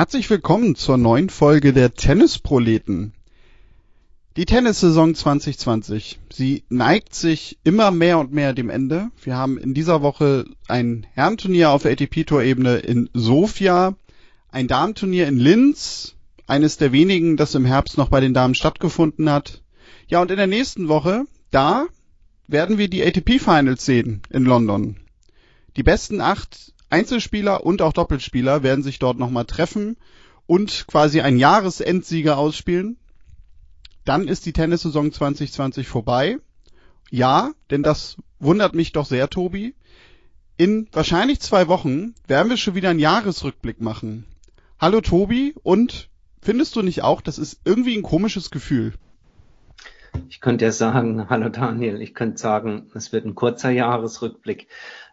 Herzlich willkommen zur neuen Folge der Tennisproleten. Die Tennissaison 2020, sie neigt sich immer mehr und mehr dem Ende. Wir haben in dieser Woche ein Herrenturnier auf der ATP-Tour-Ebene in Sofia, ein Damenturnier in Linz, eines der wenigen, das im Herbst noch bei den Damen stattgefunden hat. Ja, und in der nächsten Woche, da werden wir die ATP-Finals sehen in London. Die besten 8 Einzelspieler und auch Doppelspieler werden sich dort nochmal treffen und quasi einen Jahresendsieger ausspielen. Dann ist die Tennissaison 2020 vorbei. Ja, denn das wundert mich doch sehr, Tobi. In wahrscheinlich 2 Wochen werden wir schon wieder einen Jahresrückblick machen. Hallo Tobi, und findest du nicht auch, das ist irgendwie ein komisches Gefühl? Ich könnte ja sagen, hallo Daniel, ich könnte sagen, es wird ein kurzer Jahresrückblick.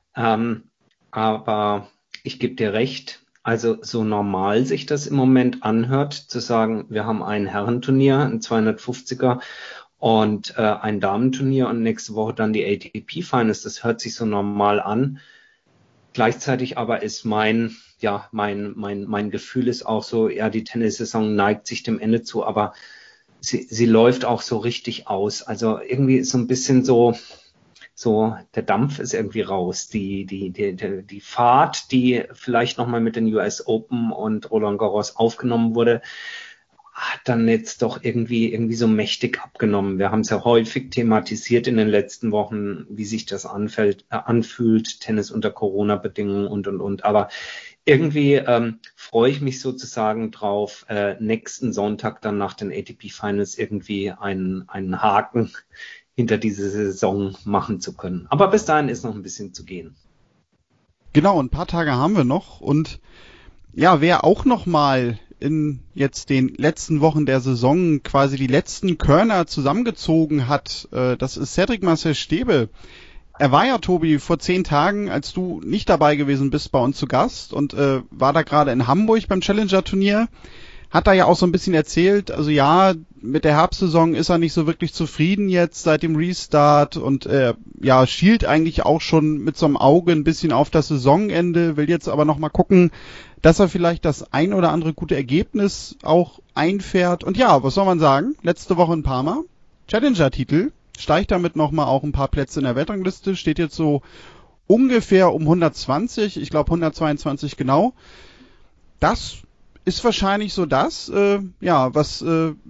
Aber ich gebe dir recht, also so normal sich das im Moment anhört, zu sagen, wir haben ein Herrenturnier, ein 250er und ein Damenturnier und nächste Woche dann die ATP Finals, das hört sich so normal an. Gleichzeitig aber ist mein Gefühl ist auch so, ja, die Tennissaison neigt sich dem Ende zu, aber sie läuft auch so richtig aus. Also irgendwie ist so ein bisschen so der Dampf ist irgendwie raus. Die Fahrt, die vielleicht nochmal mit den US Open und Roland Garros aufgenommen wurde, hat dann jetzt doch irgendwie so mächtig abgenommen. Wir haben es ja häufig thematisiert in den letzten Wochen, wie sich das anfühlt, Tennis unter Corona-Bedingungen und. Aber irgendwie freue ich mich sozusagen drauf, nächsten Sonntag dann nach den ATP Finals irgendwie einen Haken hinter diese Saison machen zu können. Aber bis dahin ist noch ein bisschen zu gehen. Genau, ein paar Tage haben wir noch, und ja, wer auch noch mal in jetzt den letzten Wochen der Saison quasi die letzten Körner zusammengezogen hat, das ist Cedric Marcel Stebe. Er war ja, Tobi, vor 10 Tagen, als du nicht dabei gewesen bist, bei uns zu Gast und war da gerade in Hamburg beim Challenger-Turnier. Hat da ja auch so ein bisschen erzählt, also ja, mit der Herbstsaison ist er nicht so wirklich zufrieden jetzt seit dem Restart und schielt eigentlich auch schon mit so einem Auge ein bisschen auf das Saisonende, will jetzt aber nochmal gucken, dass er vielleicht das ein oder andere gute Ergebnis auch einfährt. Und ja, was soll man sagen? Letzte Woche in Parma, Challenger-Titel, steigt damit nochmal auch ein paar Plätze in der Weltrangliste, steht jetzt so ungefähr um 120, ich glaube 122 genau. Das ist wahrscheinlich so das, was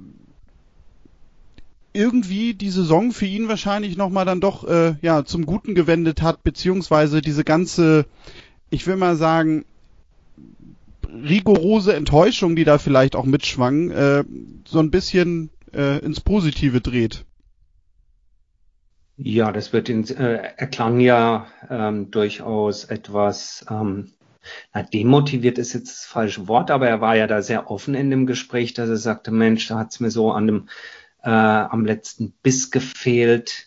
irgendwie die Saison für ihn wahrscheinlich nochmal dann doch zum Guten gewendet hat, beziehungsweise diese ganze, ich will mal sagen, rigorose Enttäuschung, die da vielleicht auch mitschwang, so ein bisschen ins Positive dreht. Ja, das wird er klang ja durchaus etwas demotiviert ist jetzt das falsche Wort, aber er war ja da sehr offen in dem Gespräch, dass er sagte, Mensch, da hat's mir so am letzten Biss gefehlt,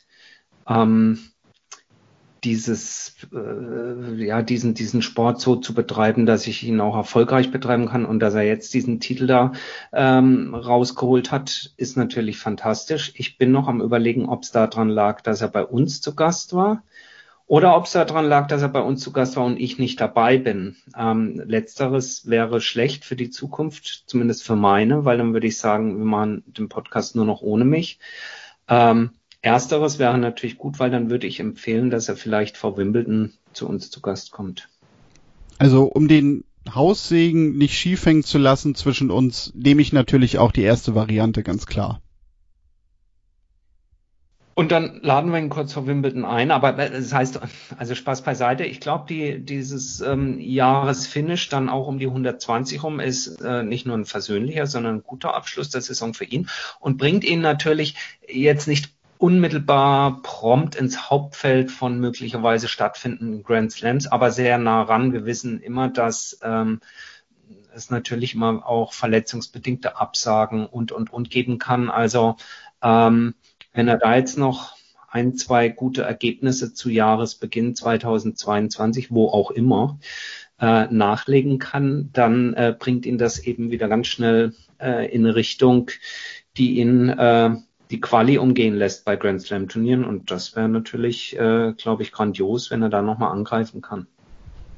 diesen Sport so zu betreiben, dass ich ihn auch erfolgreich betreiben kann, und dass er jetzt diesen Titel da rausgeholt hat, ist natürlich fantastisch. Ich bin noch am Überlegen, ob es daran lag, dass er bei uns zu Gast war, oder ob es daran lag, dass er bei uns zu Gast war und ich nicht dabei bin. Letzteres wäre schlecht für die Zukunft, zumindest für meine, weil dann würde ich sagen, wir machen den Podcast nur noch ohne mich. Ersteres wäre natürlich gut, weil dann würde ich empfehlen, dass er vielleicht vor Wimbledon zu uns zu Gast kommt. Also um den Haussegen nicht schief hängen zu lassen zwischen uns, nehme ich natürlich auch die erste Variante, ganz klar. Und dann laden wir ihn kurz vor Wimbledon ein, aber das heißt, also Spaß beiseite, ich glaube, dieses Jahresfinish dann auch um die 120 rum ist nicht nur ein versöhnlicher, sondern ein guter Abschluss der Saison für ihn und bringt ihn natürlich jetzt nicht unmittelbar prompt ins Hauptfeld von möglicherweise stattfindenden Grand Slams, aber sehr nah ran. Wir wissen immer, dass es natürlich immer auch verletzungsbedingte Absagen und geben kann. Also wenn er da jetzt noch 1, 2 gute Ergebnisse zu Jahresbeginn 2022, wo auch immer, nachlegen kann, dann bringt ihn das eben wieder ganz schnell in eine Richtung, die ihn die Quali umgehen lässt bei Grand Slam Turnieren. Und das wäre natürlich, glaube ich, grandios, wenn er da nochmal angreifen kann.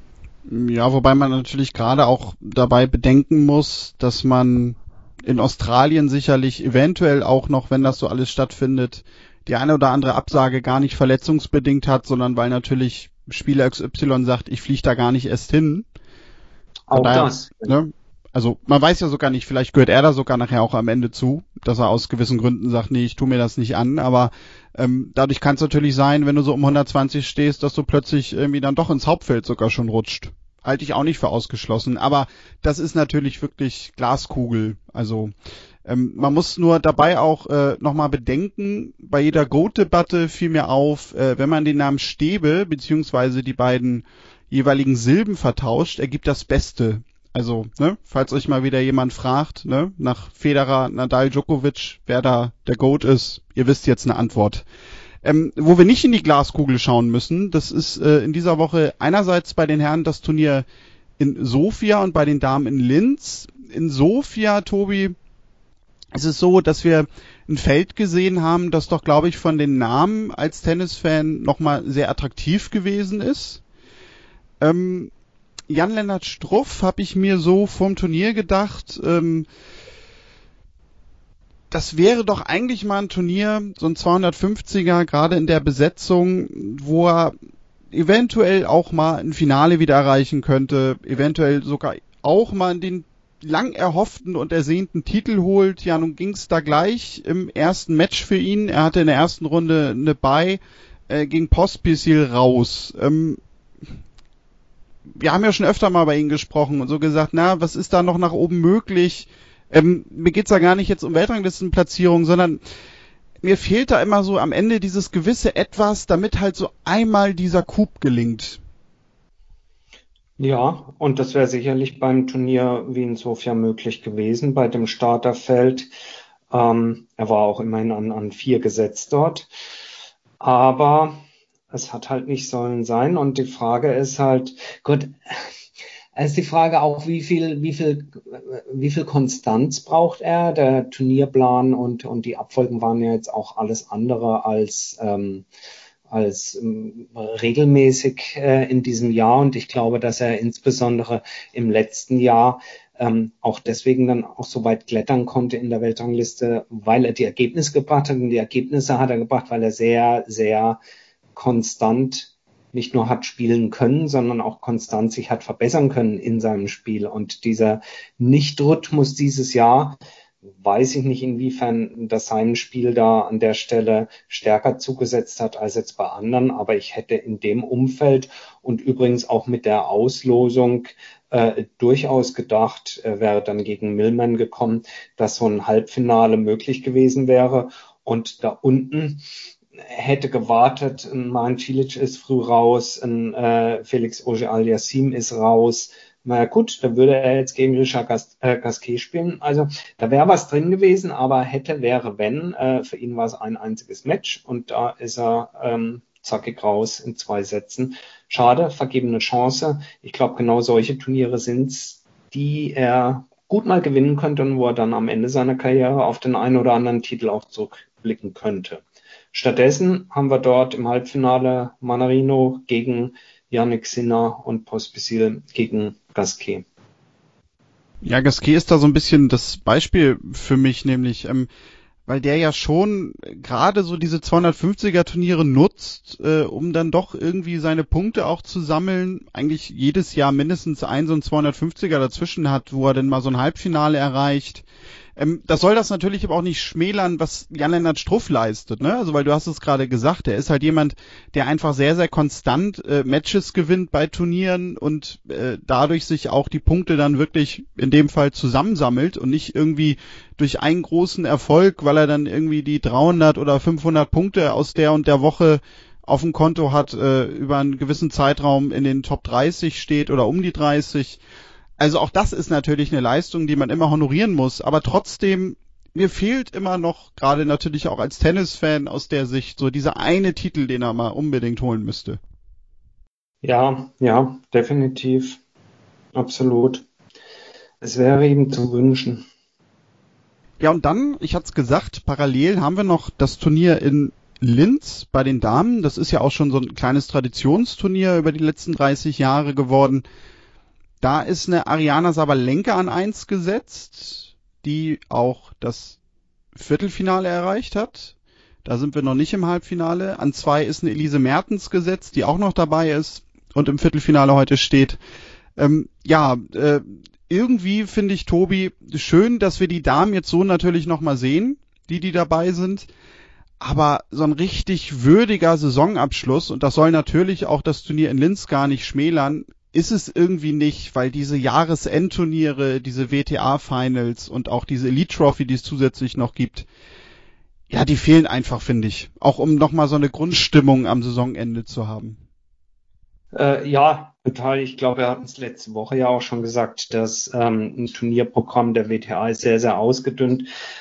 Ja, wobei man natürlich gerade auch dabei bedenken muss, dass man in Australien sicherlich eventuell auch noch, wenn das so alles stattfindet, die eine oder andere Absage gar nicht verletzungsbedingt hat, sondern weil natürlich Spieler XY sagt, ich fliege da gar nicht erst hin. Von Auch daher, das. ne? Also man weiß ja sogar nicht, vielleicht gehört er da sogar nachher auch am Ende zu, dass er aus gewissen Gründen sagt, nee, ich tue mir das nicht an, aber dadurch kann es natürlich sein, wenn du so um 120 stehst, dass du plötzlich irgendwie dann doch ins Hauptfeld sogar schon rutscht. Halte ich auch nicht für ausgeschlossen, aber das ist natürlich wirklich Glaskugel. Also man muss nur dabei auch nochmal bedenken, bei jeder GOAT-Debatte fiel mir auf, wenn man den Namen Stäbe beziehungsweise die beiden jeweiligen Silben vertauscht, ergibt das Beste. Also, ne, falls euch mal wieder jemand fragt, ne, nach Federer, Nadal, Djokovic, wer da der GOAT ist, ihr wisst jetzt eine Antwort. Wo wir nicht in die Glaskugel schauen müssen, das ist in dieser Woche einerseits bei den Herren das Turnier in Sofia und bei den Damen in Linz. In Sofia, Tobi, ist es so, dass wir ein Feld gesehen haben, das doch, glaube ich, von den Namen als Tennisfan nochmal sehr attraktiv gewesen ist. Jan-Lennart Struff habe ich mir so vorm Turnier gedacht, das wäre doch eigentlich mal ein Turnier, so ein 250er, gerade in der Besetzung, wo er eventuell auch mal ein Finale wieder erreichen könnte, eventuell sogar auch mal den lang erhofften und ersehnten Titel holt. Ja, nun ging es da gleich im ersten Match für ihn. Er hatte in der ersten Runde eine Bye gegen Pospisil raus. Wir haben ja schon öfter mal bei ihm gesprochen und so gesagt, na, was ist da noch nach oben möglich? Mir geht's da gar nicht jetzt um Weltranglistenplatzierung, sondern mir fehlt da immer so am Ende dieses gewisse Etwas, damit halt so einmal dieser Coup gelingt. Ja, und das wäre sicherlich beim Turnier wie in Sofia möglich gewesen, bei dem Starterfeld. Er war auch immerhin an 4 gesetzt dort. Aber es hat halt nicht sollen sein. Und die Frage ist halt, gut, es ist die Frage auch, wie viel Konstanz braucht er? Der Turnierplan und die Abfolgen waren ja jetzt auch alles andere als regelmäßig in diesem Jahr. Und ich glaube, dass er insbesondere im letzten Jahr auch deswegen dann auch so weit klettern konnte in der Weltrangliste, weil er die Ergebnisse gebracht hat. Und die Ergebnisse hat er gebracht, weil er sehr, sehr konstant nicht nur hat spielen können, sondern auch konstant sich hat verbessern können in seinem Spiel. Und dieser Nicht-Rhythmus dieses Jahr, weiß ich nicht, inwiefern das sein Spiel da an der Stelle stärker zugesetzt hat als jetzt bei anderen. Aber ich hätte in dem Umfeld und übrigens auch mit der Auslosung durchaus gedacht, wäre dann gegen Millman gekommen, dass so ein Halbfinale möglich gewesen wäre. Und da unten hätte gewartet, ein Marin Cilic ist früh raus, ein Felix Auger-Aliassime ist raus. Na ja, gut, da würde er jetzt gegen Richard Gasquet spielen. Also da wäre was drin gewesen, aber hätte, wäre, wenn. Für ihn war es ein einziges Match und da ist er zackig raus in 2 Sätzen. Schade, vergebene Chance. Ich glaube, genau solche Turniere sind's, die er gut mal gewinnen könnte und wo er dann am Ende seiner Karriere auf den einen oder anderen Titel auch zurückblicken könnte. Stattdessen haben wir dort im Halbfinale Mannarino gegen Jannik Sinner und Pospisil gegen Gasquet. Ja, Gasquet ist da so ein bisschen das Beispiel für mich, nämlich, weil der ja schon gerade so diese 250er Turniere nutzt, um dann doch irgendwie seine Punkte auch zu sammeln. Eigentlich jedes Jahr mindestens so ein 250er dazwischen hat, wo er dann mal so ein Halbfinale erreicht. Das soll das natürlich aber auch nicht schmälern, was Jan-Lennart Struff leistet, ne? Also weil du hast es gerade gesagt, er ist halt jemand, der einfach sehr, sehr konstant Matches gewinnt bei Turnieren und dadurch sich auch die Punkte dann wirklich in dem Fall zusammensammelt und nicht irgendwie durch einen großen Erfolg, weil er dann irgendwie die 300 oder 500 Punkte aus der und der Woche auf dem Konto hat, über einen gewissen Zeitraum in den Top 30 steht oder um die 30. Also auch das ist natürlich eine Leistung, die man immer honorieren muss, aber trotzdem, mir fehlt immer noch, gerade natürlich auch als Tennisfan aus der Sicht, so dieser eine Titel, den er mal unbedingt holen müsste. Ja, definitiv. Absolut. Es wäre ihm zu wünschen. Ja, und dann, ich hatte es gesagt, parallel haben wir noch das Turnier in Linz bei den Damen. Das ist ja auch schon so ein kleines Traditionsturnier über die letzten 30 Jahre geworden. Da ist eine Ariana Sabalenka an 1 gesetzt, die auch das Viertelfinale erreicht hat. Da sind wir noch nicht im Halbfinale. An 2 ist eine Elise Mertens gesetzt, die auch noch dabei ist und im Viertelfinale heute steht. Irgendwie finde ich, Tobi, schön, dass wir die Damen jetzt so natürlich nochmal sehen, die dabei sind. Aber so ein richtig würdiger Saisonabschluss, und das soll natürlich auch das Turnier in Linz gar nicht schmälern, ist es irgendwie nicht, weil diese Jahresendturniere, diese WTA-Finals und auch diese Elite-Trophy, die es zusätzlich noch gibt, ja, die fehlen einfach, finde ich. Auch um nochmal so eine Grundstimmung am Saisonende zu haben. Ja, total. Ich glaube, wir hatten es letzte Woche ja auch schon gesagt, dass ein Turnierprogramm der WTA ist sehr, sehr ausgedünnt.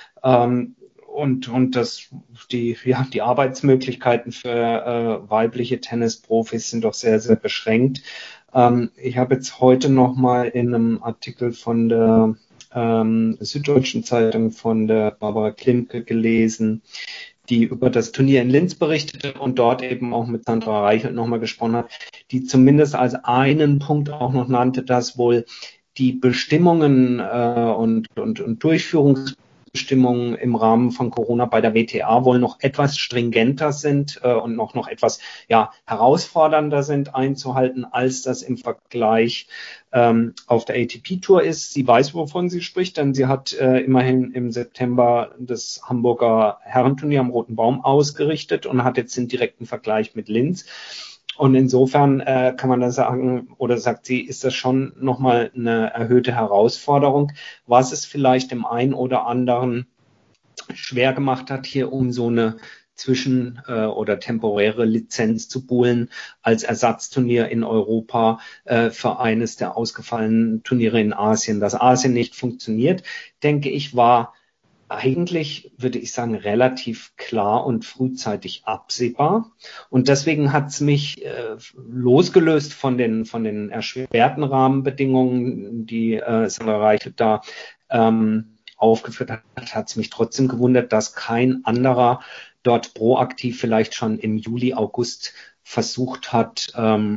Und dass die Arbeitsmöglichkeiten für weibliche Tennisprofis sind doch sehr, sehr beschränkt. Ich habe jetzt heute nochmal in einem Artikel von der Süddeutschen Zeitung von der Barbara Klimke gelesen, die über das Turnier in Linz berichtete und dort eben auch mit Sandra Reichelt nochmal gesprochen hat, die zumindest als einen Punkt auch noch nannte, dass wohl die Bestimmungen und Durchführungsbestimmungen im Rahmen von Corona bei der WTA wohl noch etwas stringenter sind und noch etwas herausfordernder sind einzuhalten, als das im Vergleich auf der ATP-Tour ist. Sie weiß, wovon sie spricht, denn sie hat immerhin im September das Hamburger Herrenturnier am Roten Baum ausgerichtet und hat jetzt den direkten Vergleich mit Linz. Und insofern kann man da sagen, oder sagt sie, ist das schon nochmal eine erhöhte Herausforderung, was es vielleicht dem einen oder anderen schwer gemacht hat, hier um so eine oder temporäre Lizenz zu buhlen als Ersatzturnier in Europa für eines der ausgefallenen Turniere in Asien. Dass Asien nicht funktioniert, denke ich, war eigentlich, würde ich sagen, relativ klar und frühzeitig absehbar. Und deswegen hat es mich losgelöst von den erschwerten Rahmenbedingungen, die Sandra Reichelt da aufgeführt hat es mich trotzdem gewundert, dass kein anderer dort proaktiv vielleicht schon im Juli, August versucht hat,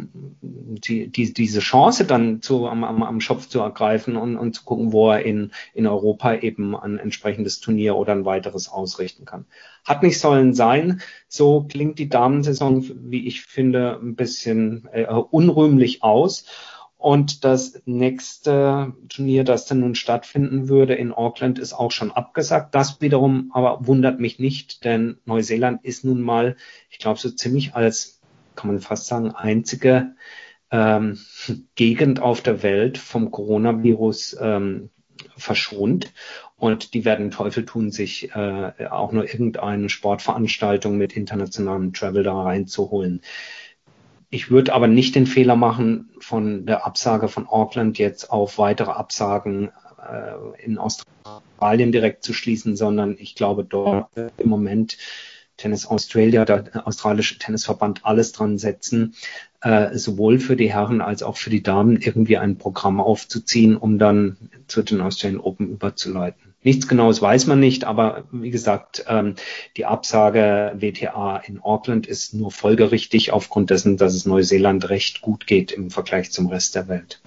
diese Chance dann am Schopf zu ergreifen und zu gucken, wo er in Europa eben ein entsprechendes Turnier oder ein weiteres ausrichten kann. Hat nicht sollen sein. So klingt die Damensaison, wie ich finde, ein bisschen unrühmlich aus. Und das nächste Turnier, das dann nun stattfinden würde in Auckland, ist auch schon abgesagt. Das wiederum aber wundert mich nicht, denn Neuseeland ist nun mal, ich glaube, so ziemlich als, kann man fast sagen, einzige Gegend auf der Welt vom Coronavirus verschont. Und die werden Teufel tun, sich auch nur irgendeine Sportveranstaltung mit internationalem Travel da reinzuholen. Ich würde aber nicht den Fehler machen, von der Absage von Auckland jetzt auf weitere Absagen in Australien direkt zu schließen, sondern ich glaube, dort im Moment Tennis Australia, der australische Tennisverband, alles dran setzen, sowohl für die Herren als auch für die Damen irgendwie ein Programm aufzuziehen, um dann zu den Australian Open überzuleiten. Nichts Genaues weiß man nicht, aber wie gesagt, die Absage WTA in Auckland ist nur folgerichtig aufgrund dessen, dass es Neuseeland recht gut geht im Vergleich zum Rest der Welt.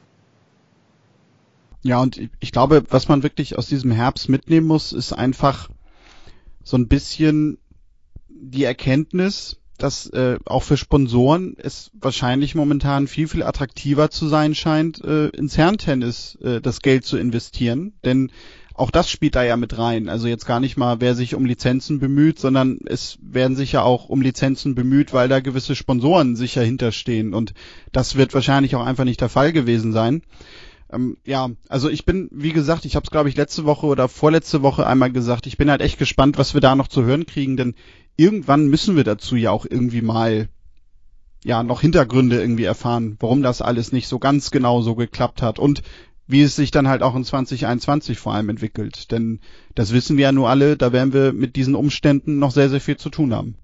Ja, und ich glaube, was man wirklich aus diesem Herbst mitnehmen muss, ist einfach so ein bisschen die Erkenntnis, dass auch für Sponsoren es wahrscheinlich momentan viel, viel attraktiver zu sein scheint, ins Herrentennis das Geld zu investieren. Denn auch das spielt da ja mit rein. Also jetzt gar nicht mal, wer sich um Lizenzen bemüht, sondern es werden sich ja auch um Lizenzen bemüht, weil da gewisse Sponsoren sicher hinterstehen. Und das wird wahrscheinlich auch einfach nicht der Fall gewesen sein. Also ich bin, wie gesagt, ich habe es, glaube ich, letzte Woche oder vorletzte Woche einmal gesagt, ich bin halt echt gespannt, was wir da noch zu hören kriegen, denn irgendwann müssen wir dazu ja auch irgendwie mal noch Hintergründe irgendwie erfahren, warum das alles nicht so ganz genau so geklappt hat und wie es sich dann halt auch in 2021 vor allem entwickelt. Denn das wissen wir ja nur alle, da werden wir mit diesen Umständen noch sehr, sehr viel zu tun haben.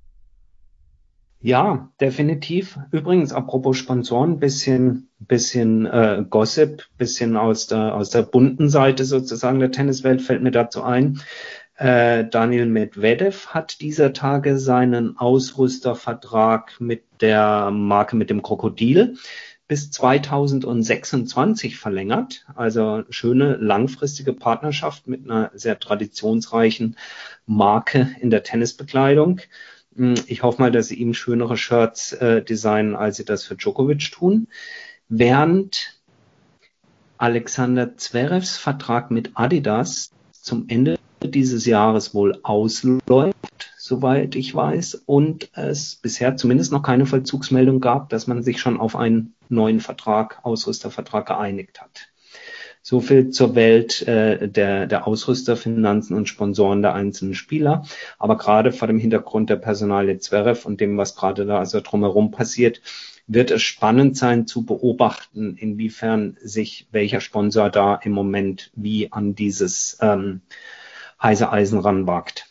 Ja, definitiv. Übrigens, apropos Sponsoren, bisschen Gossip, bisschen aus der bunten Seite sozusagen der Tenniswelt fällt mir dazu ein. Daniil Medvedev hat dieser Tage seinen Ausrüstervertrag mit der Marke mit dem Krokodil bis 2026 verlängert. Also schöne langfristige Partnerschaft mit einer sehr traditionsreichen Marke in der Tennisbekleidung. Ich hoffe mal, dass sie ihm schönere Shirts designen, als sie das für Djokovic tun. Während Alexander Zverevs Vertrag mit Adidas zum Ende dieses Jahres wohl ausläuft, soweit ich weiß, und es bisher zumindest noch keine Vollzugsmeldung gab, dass man sich schon auf einen neuen Ausrüstervertrag geeinigt hat. So viel zur Welt der Ausrüsterfinanzen und Sponsoren der einzelnen Spieler. Aber gerade vor dem Hintergrund der Personalie Zverev und dem, was gerade da also drumherum passiert, wird es spannend sein zu beobachten, inwiefern sich welcher Sponsor da im Moment wie an dieses heiße Eisen ranwagt.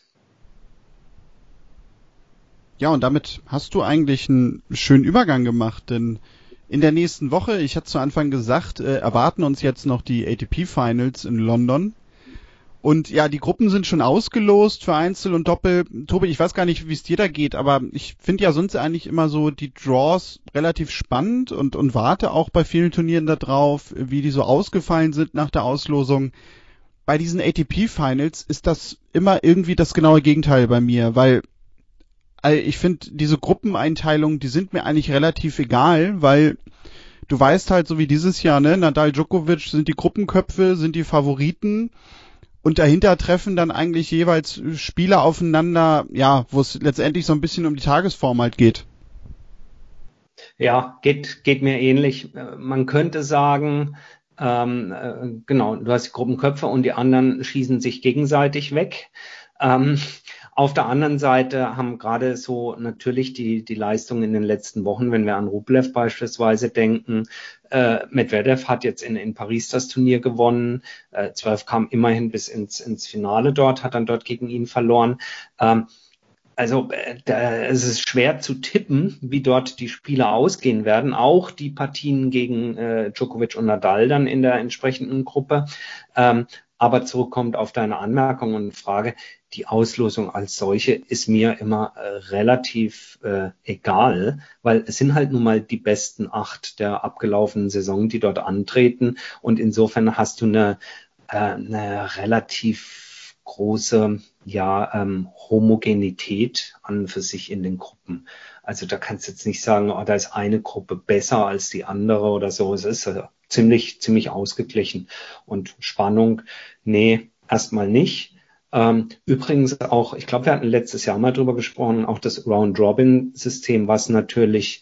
Ja, und damit hast du eigentlich einen schönen Übergang gemacht, denn in der nächsten Woche, ich hatte zu Anfang gesagt, erwarten uns jetzt noch die ATP Finals in London. Und ja, die Gruppen sind schon ausgelost für Einzel und Doppel. Tobi, ich weiß gar nicht, wie es dir da geht, aber ich finde ja sonst eigentlich immer so die Draws relativ spannend und warte auch bei vielen Turnieren da drauf, wie die so ausgefallen sind nach der Auslosung. Bei diesen ATP Finals ist das immer irgendwie das genaue Gegenteil bei mir, weil ich finde, diese Gruppeneinteilungen, die sind mir eigentlich relativ egal, weil du weißt halt, so wie dieses Jahr, ne, Nadal, Djokovic sind die Gruppenköpfe, sind die Favoriten und dahinter treffen dann eigentlich jeweils Spieler aufeinander, ja, wo es letztendlich so ein bisschen um die Tagesform halt geht. Ja, geht mir ähnlich. Man könnte sagen, genau, du hast die Gruppenköpfe und die anderen schießen sich gegenseitig weg. Auf der anderen Seite haben gerade so natürlich die Leistungen in den letzten Wochen, wenn wir an Rublev beispielsweise denken, Medvedev hat jetzt in Paris das Turnier gewonnen, Zverev kam immerhin bis ins Finale dort, hat dann dort gegen ihn verloren. Es ist schwer zu tippen, wie dort die Spiele ausgehen werden. Auch die Partien gegen Djokovic und Nadal dann in der entsprechenden Gruppe. Aber zurückkommt auf deine Anmerkung und Frage, die Auslosung als solche ist mir immer relativ egal, weil es sind halt nun mal die besten 8 der abgelaufenen Saison, die dort antreten. Und insofern hast du eine relativ große Homogenität an und für sich in den Gruppen. Also da kannst du jetzt nicht sagen, da ist eine Gruppe besser als die andere oder so. Es ist ziemlich ausgeglichen. Und Spannung, nee, erstmal nicht. Übrigens auch, ich glaube, wir hatten letztes Jahr mal drüber gesprochen, auch das Round-Robin-System, was natürlich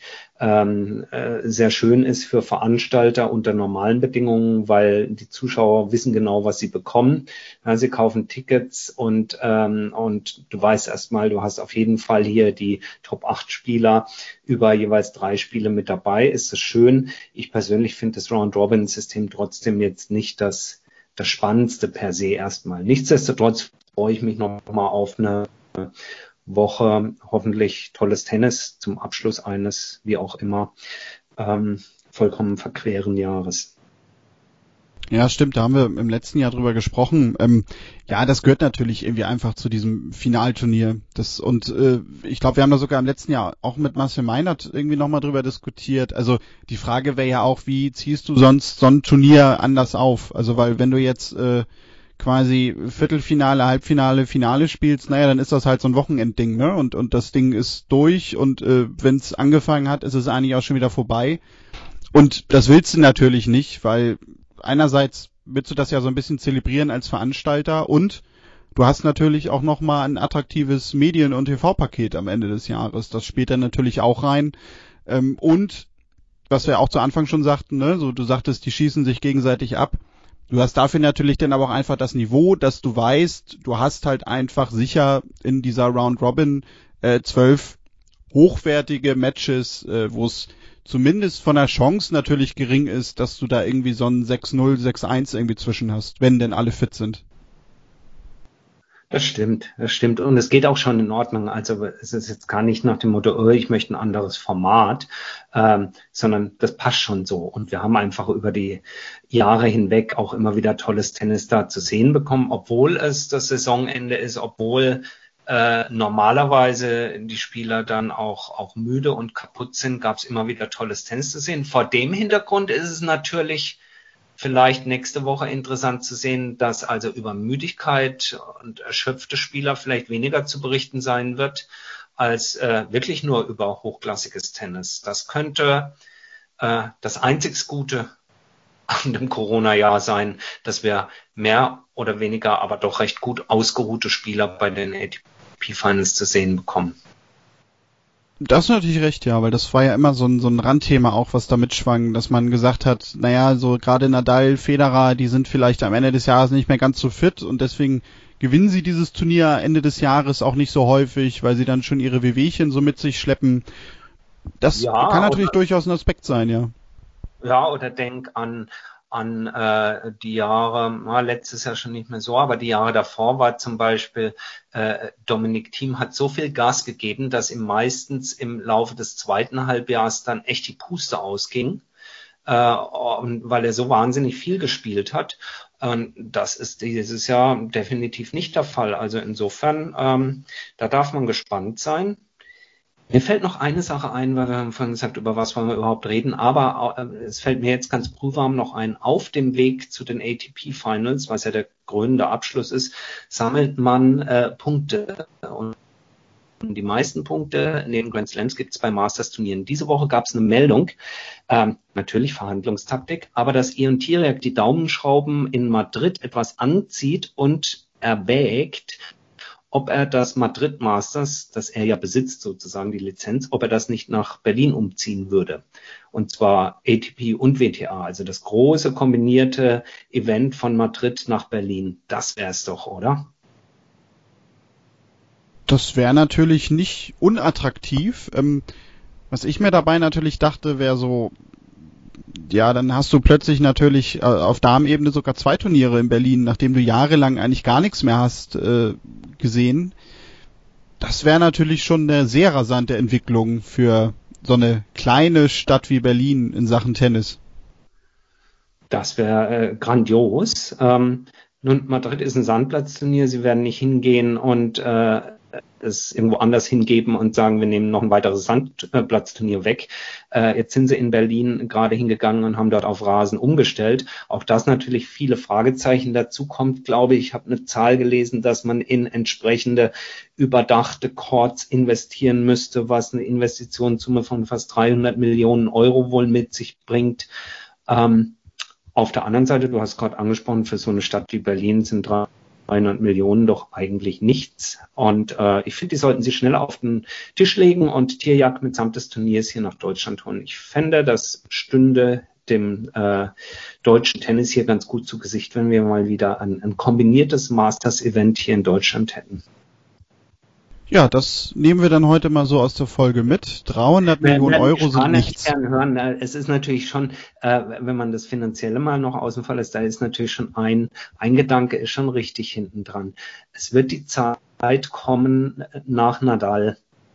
sehr schön ist für Veranstalter unter normalen Bedingungen, weil die Zuschauer wissen genau, was sie bekommen. Ja, sie kaufen Tickets und du weißt erstmal, du hast auf jeden Fall hier die Top 8 Spieler über jeweils 3 Spiele mit dabei. Ist es schön. Ich persönlich finde das Round-Robin-System trotzdem jetzt nicht das Spannendste per se erstmal. Nichtsdestotrotz freue ich mich noch mal auf eine Woche, hoffentlich tolles Tennis zum Abschluss eines, wie auch immer, vollkommen verqueren Jahres. Ja, stimmt, da haben wir im letzten Jahr drüber gesprochen. Ja, das gehört natürlich irgendwie einfach zu diesem Finalturnier. Ich glaube, wir haben da sogar im letzten Jahr auch mit Marcel Meinert irgendwie nochmal drüber diskutiert. Also die Frage wäre ja auch, wie ziehst du sonst so ein Turnier anders auf? Also weil wenn du jetzt quasi Viertelfinale, Halbfinale, Finale spielst, naja, dann ist das halt so ein Wochenendding, ne? Und das Ding ist durch und wenn es angefangen hat, ist es eigentlich auch schon wieder vorbei. Und das willst du natürlich nicht, weil einerseits willst du das ja so ein bisschen zelebrieren als Veranstalter und du hast natürlich auch nochmal ein attraktives Medien- und TV-Paket am Ende des Jahres. Das spielt dann natürlich auch rein. Und was wir auch zu Anfang schon sagten, ne, so du sagtest, die schießen sich gegenseitig ab. Du hast dafür natürlich dann aber auch einfach das Niveau, dass du weißt, du hast halt einfach sicher in dieser Round Robin 12 hochwertige Matches, wo es zumindest von der Chance natürlich gering ist, dass du da irgendwie so ein 6-0, 6-1 irgendwie zwischen hast, wenn denn alle fit sind. Das stimmt. Und es geht auch schon in Ordnung. Also es ist jetzt gar nicht nach dem Motto, oh, ich möchte ein anderes Format, sondern das passt schon so. Und wir haben einfach über die Jahre hinweg auch immer wieder tolles Tennis da zu sehen bekommen, obwohl es das Saisonende ist, obwohl normalerweise die Spieler dann auch müde und kaputt sind, gab es immer wieder tolles Tennis zu sehen. Vor dem Hintergrund ist es natürlich vielleicht nächste Woche interessant zu sehen, dass also über Müdigkeit und erschöpfte Spieler vielleicht weniger zu berichten sein wird, als wirklich nur über hochklassiges Tennis. Das könnte das einzig Gute an dem Corona-Jahr sein, dass wir mehr oder weniger, aber doch recht gut ausgeruhte Spieler bei den ATP-Finals zu sehen bekommen. Das ist natürlich recht, ja, weil das war ja immer so ein Randthema auch, was da mitschwang, dass man gesagt hat, naja, so gerade Nadal, Federer, die sind vielleicht am Ende des Jahres nicht mehr ganz so fit und deswegen gewinnen sie dieses Turnier Ende des Jahres auch nicht so häufig, weil sie dann schon ihre Wehwehchen so mit sich schleppen. Das kann natürlich durchaus ein Aspekt sein, ja. Ja, oder denk an die Jahre, letztes Jahr schon nicht mehr so, aber die Jahre davor war zum Beispiel Dominic Thiem hat so viel Gas gegeben, dass ihm meistens im Laufe des zweiten Halbjahres dann echt die Puste ausging, weil er so wahnsinnig viel gespielt hat. Das ist dieses Jahr definitiv nicht der Fall. Also insofern, da darf man gespannt sein. Mir fällt noch eine Sache ein, weil wir haben vorhin gesagt, über was wollen wir überhaupt reden, aber es fällt mir jetzt ganz brühwarm noch ein, auf dem Weg zu den ATP Finals, was ja der krönende Abschluss ist, sammelt man Punkte. Und die meisten Punkte in den Grand Slams gibt es bei Masters-Turnieren. Diese Woche gab es eine Meldung, natürlich Verhandlungstaktik, aber dass Ian Tiriac die Daumenschrauben in Madrid etwas anzieht und erwägt, ob er das Madrid Masters, das er ja besitzt sozusagen, die Lizenz, ob er das nicht nach Berlin umziehen würde. Und zwar ATP und WTA, also das große kombinierte Event von Madrid nach Berlin. Das wäre es doch, oder? Das wäre natürlich nicht unattraktiv. Was ich mir dabei natürlich dachte, wäre so, ja, dann hast du plötzlich natürlich auf Damenebene sogar 2 Turniere in Berlin, nachdem du jahrelang eigentlich gar nichts mehr hast gesehen. Das wäre natürlich schon eine sehr rasante Entwicklung für so eine kleine Stadt wie Berlin in Sachen Tennis. Das wäre grandios. Nun, Madrid ist ein Sandplatzturnier, sie werden nicht hingehen und es irgendwo anders hingeben und sagen, wir nehmen noch ein weiteres Sandplatzturnier weg. Jetzt sind sie in Berlin gerade hingegangen und haben dort auf Rasen umgestellt. Auch das natürlich viele Fragezeichen. Dazu kommt, glaube ich, habe eine Zahl gelesen, dass man in entsprechende überdachte Courts investieren müsste, was eine Investitionssumme von fast 300 Millionen Euro wohl mit sich bringt. Auf der anderen Seite, du hast gerade angesprochen, für so eine Stadt wie Berlin sind 300 Millionen doch eigentlich nichts. Und ich finde, die sollten sie schnell auf den Tisch legen und Tiriac mitsamt des Turniers hier nach Deutschland holen. Ich fände, das stünde dem deutschen Tennis hier ganz gut zu Gesicht, wenn wir mal wieder ein kombiniertes Masters-Event hier in Deutschland hätten. Ja, das nehmen wir dann heute mal so aus der Folge mit. 300 Millionen Euro sind nichts. Hören. Es ist natürlich schon, wenn man das Finanzielle mal noch außen vor lässt, da ist natürlich schon ein Gedanke ist schon richtig hinten dran. Es wird die Zeit kommen nach Nadal.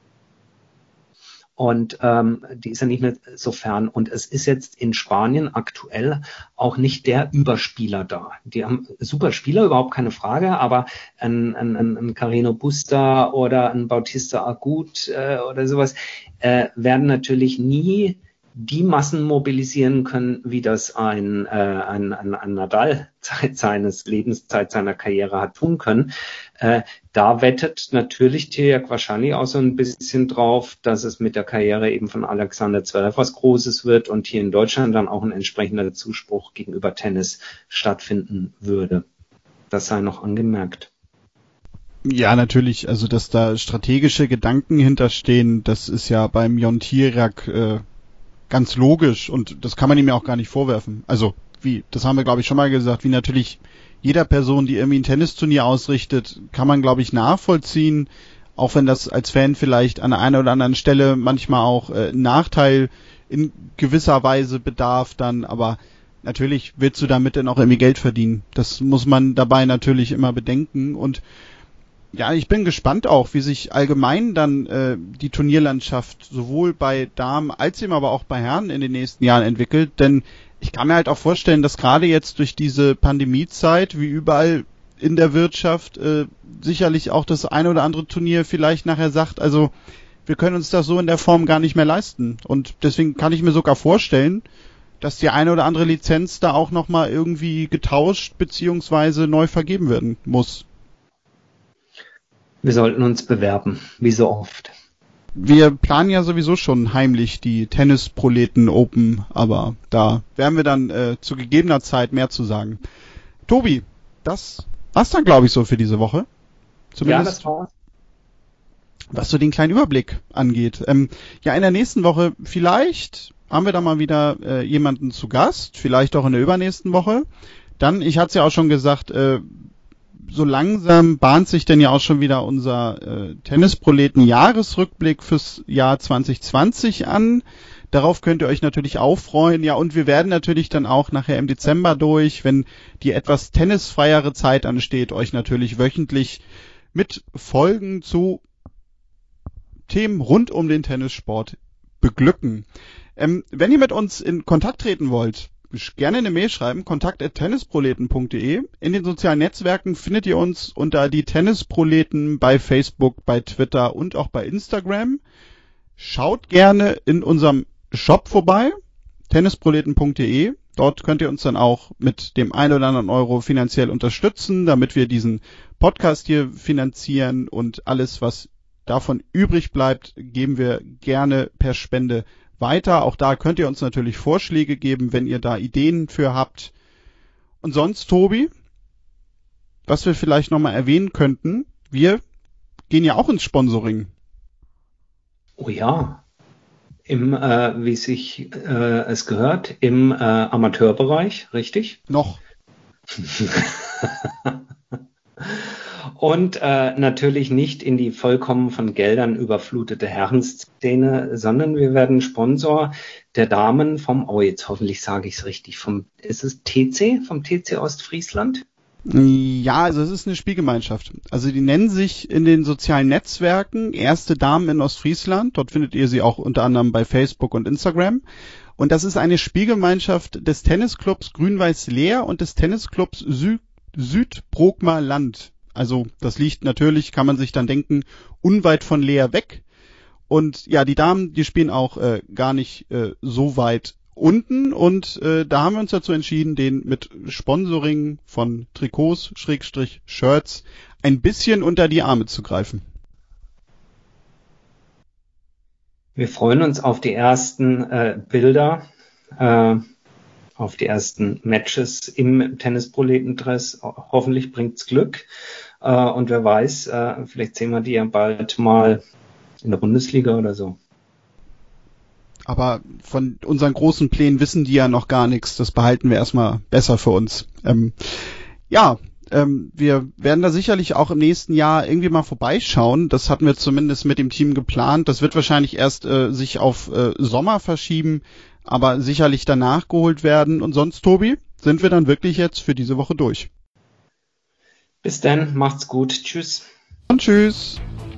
Und die ist ja nicht mehr so fern. Und es ist jetzt in Spanien aktuell auch nicht der Überspieler da. Die haben super Spieler, überhaupt keine Frage, aber ein Carreno Busta oder ein Bautista Agut oder sowas werden natürlich nie die Massen mobilisieren können, wie das ein Nadal Zeit seines Lebens, Zeit seiner Karriere hat tun können. Da wettet natürlich Tiriac wahrscheinlich auch so ein bisschen drauf, dass es mit der Karriere eben von Alexander Zverev was Großes wird und hier in Deutschland dann auch ein entsprechender Zuspruch gegenüber Tennis stattfinden würde. Das sei noch angemerkt. Ja, natürlich, also dass da strategische Gedanken hinterstehen, das ist ja beim Jon Tiriac ganz logisch und das kann man ihm ja auch gar nicht vorwerfen. Also, das haben wir glaube ich schon mal gesagt, wie natürlich jeder Person, die irgendwie ein Tennisturnier ausrichtet, kann man glaube ich nachvollziehen, auch wenn das als Fan vielleicht an einer oder anderen Stelle manchmal auch Nachteil in gewisser Weise bedarf dann, aber natürlich willst du damit dann auch irgendwie Geld verdienen. Das muss man dabei natürlich immer bedenken und ja, ich bin gespannt auch, wie sich allgemein dann die Turnierlandschaft sowohl bei Damen als eben aber auch bei Herren in den nächsten Jahren entwickelt, denn ich kann mir halt auch vorstellen, dass gerade jetzt durch diese Pandemiezeit, wie überall in der Wirtschaft sicherlich auch das eine oder andere Turnier vielleicht nachher sagt, also wir können uns das so in der Form gar nicht mehr leisten. Und deswegen kann ich mir sogar vorstellen, dass die eine oder andere Lizenz da auch nochmal irgendwie getauscht beziehungsweise neu vergeben werden muss. Wir sollten uns bewerben, wie so oft. Wir planen ja sowieso schon heimlich die Tennisproleten Open, aber da werden wir dann zu gegebener Zeit mehr zu sagen. Tobi, das war's dann, glaube ich, so für diese Woche. Zumindest, ja, das war's. Was so den kleinen Überblick angeht. Ja, in der nächsten Woche vielleicht haben wir da mal wieder jemanden zu Gast, vielleicht auch in der übernächsten Woche. Dann, ich hatte es ja auch schon gesagt, so langsam bahnt sich denn ja auch schon wieder unser Tennisproleten-Jahresrückblick fürs Jahr 2020 an. Darauf könnt ihr euch natürlich auch freuen. Ja, und wir werden natürlich dann auch nachher im Dezember wenn die etwas tennisfreiere Zeit ansteht, euch natürlich wöchentlich mit Folgen zu Themen rund um den Tennissport beglücken. Wenn ihr mit uns in Kontakt treten wollt, gerne eine Mail schreiben, kontakt@tennisproleten.de. In den sozialen Netzwerken findet ihr uns unter die Tennisproleten bei Facebook, bei Twitter und auch bei Instagram. Schaut gerne in unserem Shop vorbei, tennisproleten.de. Dort könnt ihr uns dann auch mit dem einen oder anderen Euro finanziell unterstützen, damit wir diesen Podcast hier finanzieren, und alles, was davon übrig bleibt, geben wir gerne per Spende weiter. Auch da könnt ihr uns natürlich Vorschläge geben, wenn ihr da Ideen für habt. Und sonst, Tobi, was wir vielleicht nochmal erwähnen könnten, wir gehen ja auch ins Sponsoring. Oh ja, wie sich es gehört, im Amateurbereich, richtig? Noch. Und natürlich nicht in die vollkommen von Geldern überflutete Herrenszene, sondern wir werden Sponsor der Damen jetzt hoffentlich sage ich es richtig, vom TC Ostfriesland? Ja, also es ist eine Spielgemeinschaft. Also die nennen sich in den sozialen Netzwerken Erste Damen in Ostfriesland. Dort findet ihr sie auch unter anderem bei Facebook und Instagram. Und das ist eine Spielgemeinschaft des Tennisclubs Grün-Weiß Leer und des Tennisclubs Südbrokmer Land. Also das liegt natürlich, kann man sich dann denken, unweit von Leer weg. Und ja, die Damen, die spielen auch gar nicht so weit unten. Und da haben wir uns dazu entschieden, den mit Sponsoring von Trikots, Shirts, ein bisschen unter die Arme zu greifen. Wir freuen uns auf die ersten Bilder, auf die ersten Matches im Tennisproletendress. Hoffentlich bringt's Glück. Und wer weiß, vielleicht sehen wir die ja bald mal in der Bundesliga oder so. Aber von unseren großen Plänen wissen die ja noch gar nichts. Das behalten wir erstmal besser für uns. Wir werden da sicherlich auch im nächsten Jahr irgendwie mal vorbeischauen. Das hatten wir zumindest mit dem Team geplant. Das wird wahrscheinlich erst sich auf Sommer verschieben, aber sicherlich danach geholt werden. Und sonst, Tobi, sind wir dann wirklich jetzt für diese Woche durch. Bis dann, macht's gut. Tschüss. Und tschüss.